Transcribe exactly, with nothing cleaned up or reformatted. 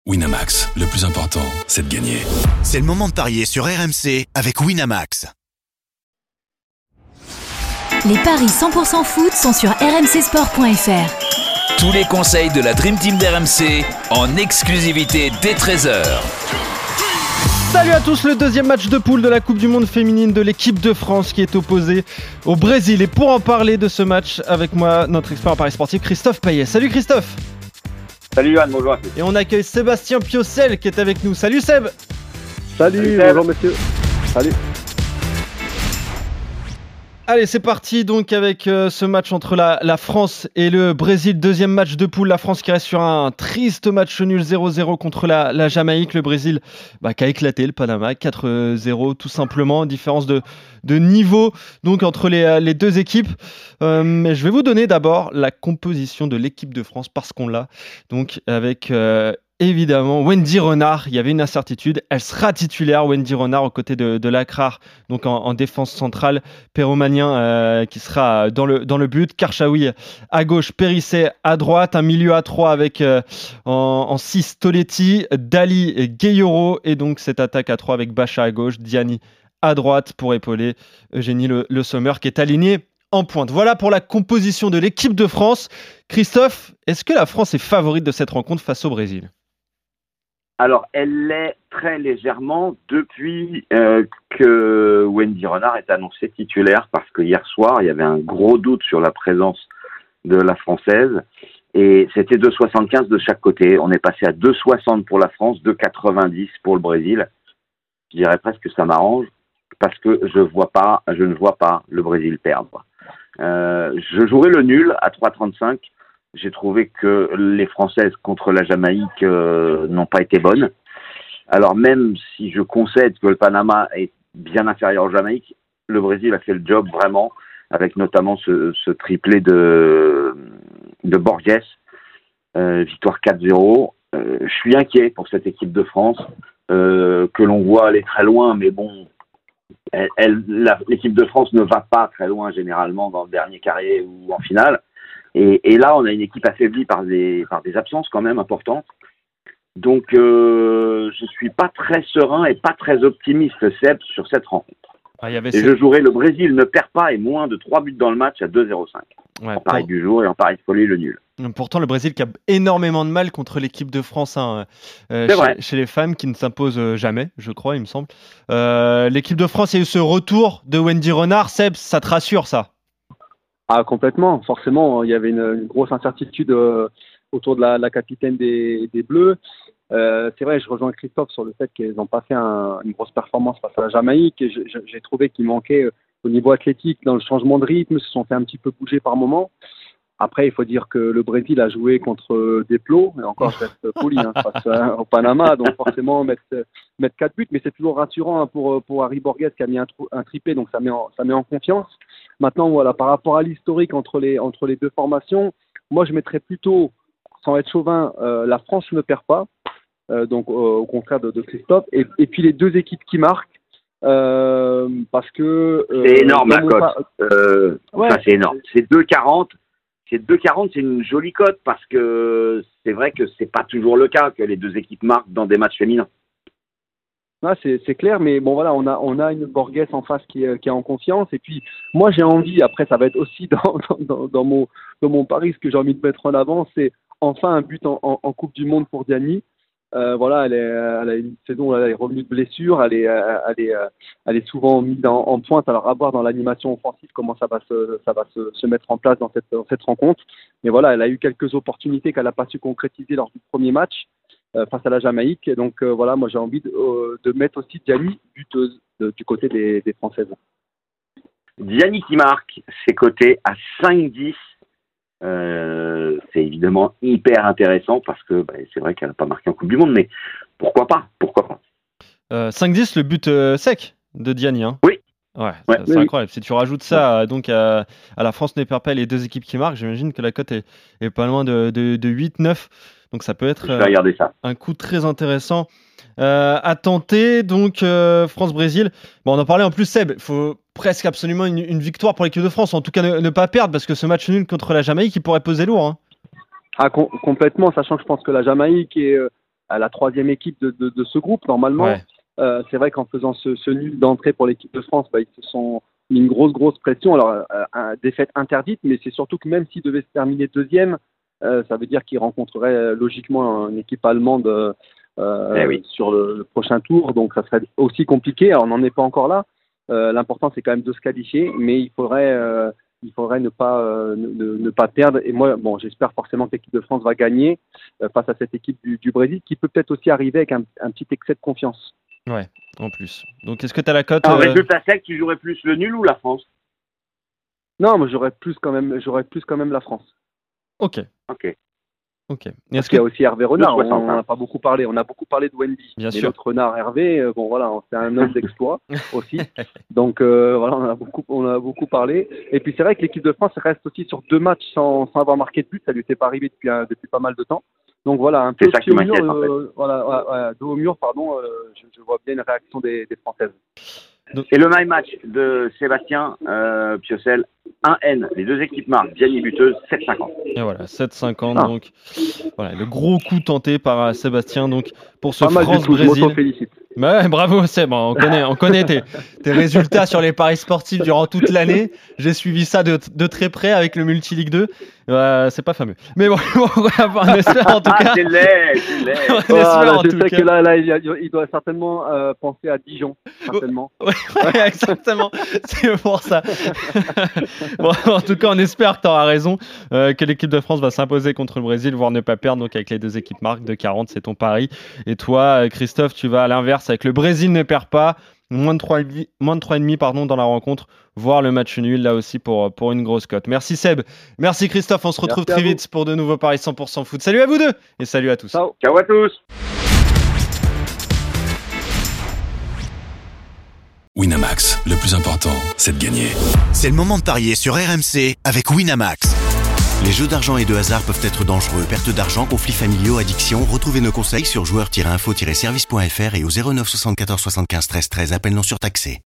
Winamax, le plus important, c'est de gagner. C'est le moment de parier sur R M C avec Winamax. Les paris cent pour cent foot sont sur r m c sport point f r. Tous les conseils de la Dream Team d'R M C en exclusivité dès treize heures. Salut à tous, le deuxième match de poule de la Coupe du Monde féminine de l'équipe de France qui est opposée au Brésil. Et pour en parler de ce match, avec moi, notre expert en paris sportif, Christophe Payet. Salut Christophe. Salut Yann, bonjour à tous. Et on accueille Sébastien Piocel qui est avec nous. Salut Seb. Salut, Salut Seb. Bonjour messieurs. Salut. Allez, c'est parti donc avec euh, ce match entre la, la France et le Brésil. Deuxième match de poule, la France qui reste sur un triste match nul zéro zéro contre la, la Jamaïque. Le Brésil bah, qui a éclaté le Panama quatre zéro tout simplement. Différence de, de niveau donc entre les, les deux équipes. Euh, mais je vais vous donner d'abord la composition de l'équipe de France parce qu'on l'a. Donc avec... Euh, Évidemment, Wendy Renard, il y avait une incertitude, elle sera titulaire, Wendy Renard aux côtés de, de Lacrar, donc en, en défense centrale, Perromanien euh, qui sera dans le, dans le but, Karchaoui à gauche, Périsset à droite, un milieu à trois avec euh, en six Toletti, Dali, Gueyoro et donc cette attaque à trois avec Bacha à gauche, Diani à droite pour épauler Eugénie Le, Le Sommer qui est aligné en pointe. Voilà pour la composition de l'équipe de France. Christophe, est-ce que la France est favorite de cette rencontre face au Brésil ? Alors, elle l'est très légèrement depuis euh, que Wendy Renard est annoncée titulaire parce que hier soir, il y avait un gros doute sur la présence de la Française et c'était deux virgule soixante-quinze de chaque côté. On est passé à deux virgule soixante pour la France, deux virgule quatre-vingt-dix pour le Brésil. Je dirais presque que ça m'arrange parce que je vois pas, je ne vois pas le Brésil perdre. Euh, je jouerai le nul à trois virgule trente-cinq. J'ai trouvé que les Françaises contre la Jamaïque euh, n'ont pas été bonnes. Alors même si je concède que le Panama est bien inférieur au Jamaïque, le Brésil a fait le job vraiment, avec notamment ce, ce triplé de, de Borges, euh, victoire quatre zéro. Euh, je suis inquiet pour cette équipe de France, euh, que l'on voit aller très loin, mais bon, elle, elle, la, l'équipe de France ne va pas très loin généralement dans le dernier carré ou en finale. Et, et là, on a une équipe affaiblie par des, par des absences quand même importantes. Donc, euh, je suis pas très serein et pas très optimiste, Seb, sur cette rencontre. Ah, y avait et ces... je jouerai le Brésil ne perd pas et moins de trois buts dans le match à deux zéro cinq. Ouais, en pari pour... du jour et en pari de folie, le nul. Pourtant, le Brésil qui a énormément de mal contre l'équipe de France hein, euh, chez, chez les femmes, qui ne s'impose jamais, je crois, il me semble. Euh, l'équipe de France, il y a eu ce retour de Wendy Renard. Seb, ça te rassure, ça ? Ah, complètement. Forcément, il y avait une, une grosse incertitude euh, autour de la, la capitaine des, des Bleus. Euh, c'est vrai, je rejoins Christophe sur le fait qu'ils n'ont pas fait un, une grosse performance face à la Jamaïque. Et je, je, j'ai trouvé qu'il manquait euh, au niveau athlétique, dans le changement de rythme, se sont fait un petit peu bouger par moment. Après, il faut dire que le Brésil a joué contre des plots, et encore je reste poli, hein, face à, au Panama, donc forcément mettre, mettre quatre buts, mais c'est toujours rassurant hein, pour, pour Harry Borges qui a mis un, un triplé, donc ça met, en, ça met en confiance. Maintenant, voilà, par rapport à l'historique entre les, entre les deux formations, moi je mettrais plutôt, sans être chauvin, euh, la France ne perd pas, euh, donc euh, au contraire de, de Christophe, et, et puis les deux équipes qui marquent, euh, parce que... Euh, c'est énorme la cote, pas... euh, ouais. Enfin, c'est énorme, c'est deux quarante. C'est deux quarante, c'est une jolie cote parce que c'est vrai que c'est pas toujours le cas que les deux équipes marquent dans des matchs féminins. Ah, c'est, c'est clair, mais bon voilà, on a on a une Borges en face qui est, qui est en confiance et puis moi j'ai envie, après ça va être aussi dans dans, dans mon dans mon pari, ce que j'ai envie de mettre en avant, c'est enfin un but en, en, en Coupe du Monde pour Diani. Euh, voilà, elle, est, elle a une saison, elle est revenue de blessure, elle est, elle est, elle est souvent mise en, en pointe. Alors à voir dans l'animation offensive comment ça va se, ça va se, se mettre en place dans cette, dans cette rencontre. Mais voilà, elle a eu quelques opportunités qu'elle n'a pas su concrétiser lors du premier match euh, face à la Jamaïque. Et donc euh, voilà, moi j'ai envie de, euh, de mettre aussi Diani buteuse de, du côté des, des Françaises. Diani qui marque, c'est coté à cinq dix. Euh, c'est évidemment hyper intéressant parce que bah, c'est vrai qu'elle n'a pas marqué en Coupe du Monde, mais pourquoi pas, pourquoi pas. Euh, cinq dix, le but euh, sec de Diani. Hein. Oui. Ouais, ouais c'est, c'est oui, incroyable. Si tu rajoutes ça ouais. donc à, à la France ne perd pas les deux équipes qui marquent, j'imagine que la cote est, est pas loin de, de, de huit neuf. Donc ça peut être Je vais regarder ça. un coup très intéressant euh, à tenter. Donc euh, France-Brésil. Bon, on en parlait en plus, Seb. Il faut presque absolument une, une victoire pour l'équipe de France. En tout cas, ne, ne pas perdre parce que ce match nul contre la Jamaïque, il pourrait peser lourd. Hein. Ah, com- complètement, sachant que je pense que la Jamaïque est, euh, à la troisième équipe de, de, de ce groupe normalement. Ouais. Euh, c'est vrai qu'en faisant ce, ce nul d'entrée pour l'équipe de France, bah, ils se sont mis une grosse grosse pression. Alors euh, euh, défaite interdite, mais c'est surtout que même s'ils devaient se terminer deuxième, euh, ça veut dire qu'ils rencontreraient euh, logiquement une équipe allemande euh, eh oui. sur le, le prochain tour. Donc ça serait aussi compliqué. Alors on n'en est pas encore là. Euh, l'important c'est quand même de se qualifier, mais il faudrait euh, il faudrait ne pas euh, ne, ne pas perdre. Et moi, bon, j'espère forcément que l'équipe de France va gagner euh, face à cette équipe du, du Brésil, qui peut peut-être aussi arriver avec un, un petit excès de confiance. Ouais, en plus. Donc, est-ce que tu as la cote En euh... résultat sec, tu jouerais plus le nul ou la France? Non, mais j'aurais plus quand même, j'aurais plus quand même la France. Ok. Ok. Ok. Et Parce qu'il y a aussi Hervé Renard, on n'en a pas beaucoup parlé. On a beaucoup parlé de Wendy. Bien mais sûr. Notre Renard Hervé, euh, bon voilà, c'est un homme d'exploit aussi. Donc euh, voilà, on a beaucoup, on a beaucoup parlé. Et puis c'est vrai que l'équipe de France reste aussi sur deux matchs sans, sans avoir marqué de but. Ça lui était pas arrivé depuis, un, depuis pas mal de temps. Donc voilà, un peu c'est ça qui m'inquiète, mur, en fait. euh, voilà, ouais, ouais, dos au mur, pardon. Euh, je, je vois bien une réaction des, des Françaises. Donc... Et le my match de Sébastien euh, Piocel, un N, les deux équipes marquent, Vianney buteuse, sept cinquante. Et voilà, sept cinquante, ah. donc voilà, le gros coup tenté par Sébastien donc pour ce France-Brésil. Bah ouais, bravo Seb, on connaît, on connaît tes, tes résultats sur les paris sportifs durant toute l'année. J'ai suivi ça de, de très près avec le Multi-Ligue deux. Euh, c'est pas fameux. Mais bon, on espère en tout cas. Ah, c'est laid, c'est laid. On espère voilà, en je tout sais cas. Que là, là, il doit certainement euh, penser à Dijon, certainement. Oui, ouais, exactement. C'est pour ça. Bon, en tout cas, on espère que tu auras raison, euh, que l'équipe de France va s'imposer contre le Brésil, voire ne pas perdre. Donc avec les deux équipes marques de quarante, c'est ton pari. Et toi, Christophe, tu vas à l'inverse avec le Brésil ne perd pas. Moins de trois virgule cinq pardon, dans la rencontre, voire le match nul là aussi pour, pour une grosse cote. Merci Seb, merci Christophe, on se retrouve merci très vite pour de nouveaux paris cent pour cent foot. Salut à vous deux et salut à tous. Ciao, Ciao à tous. Winamax, le plus important, c'est de gagner. C'est le moment de parier sur R M C avec Winamax. Les jeux d'argent et de hasard peuvent être dangereux. Perte d'argent, conflits familiaux, addiction. Retrouvez nos conseils sur joueurs tiret info tiret service point f r et au zéro neuf soixante-quatorze soixante-quinze treize treize. Appel non surtaxé.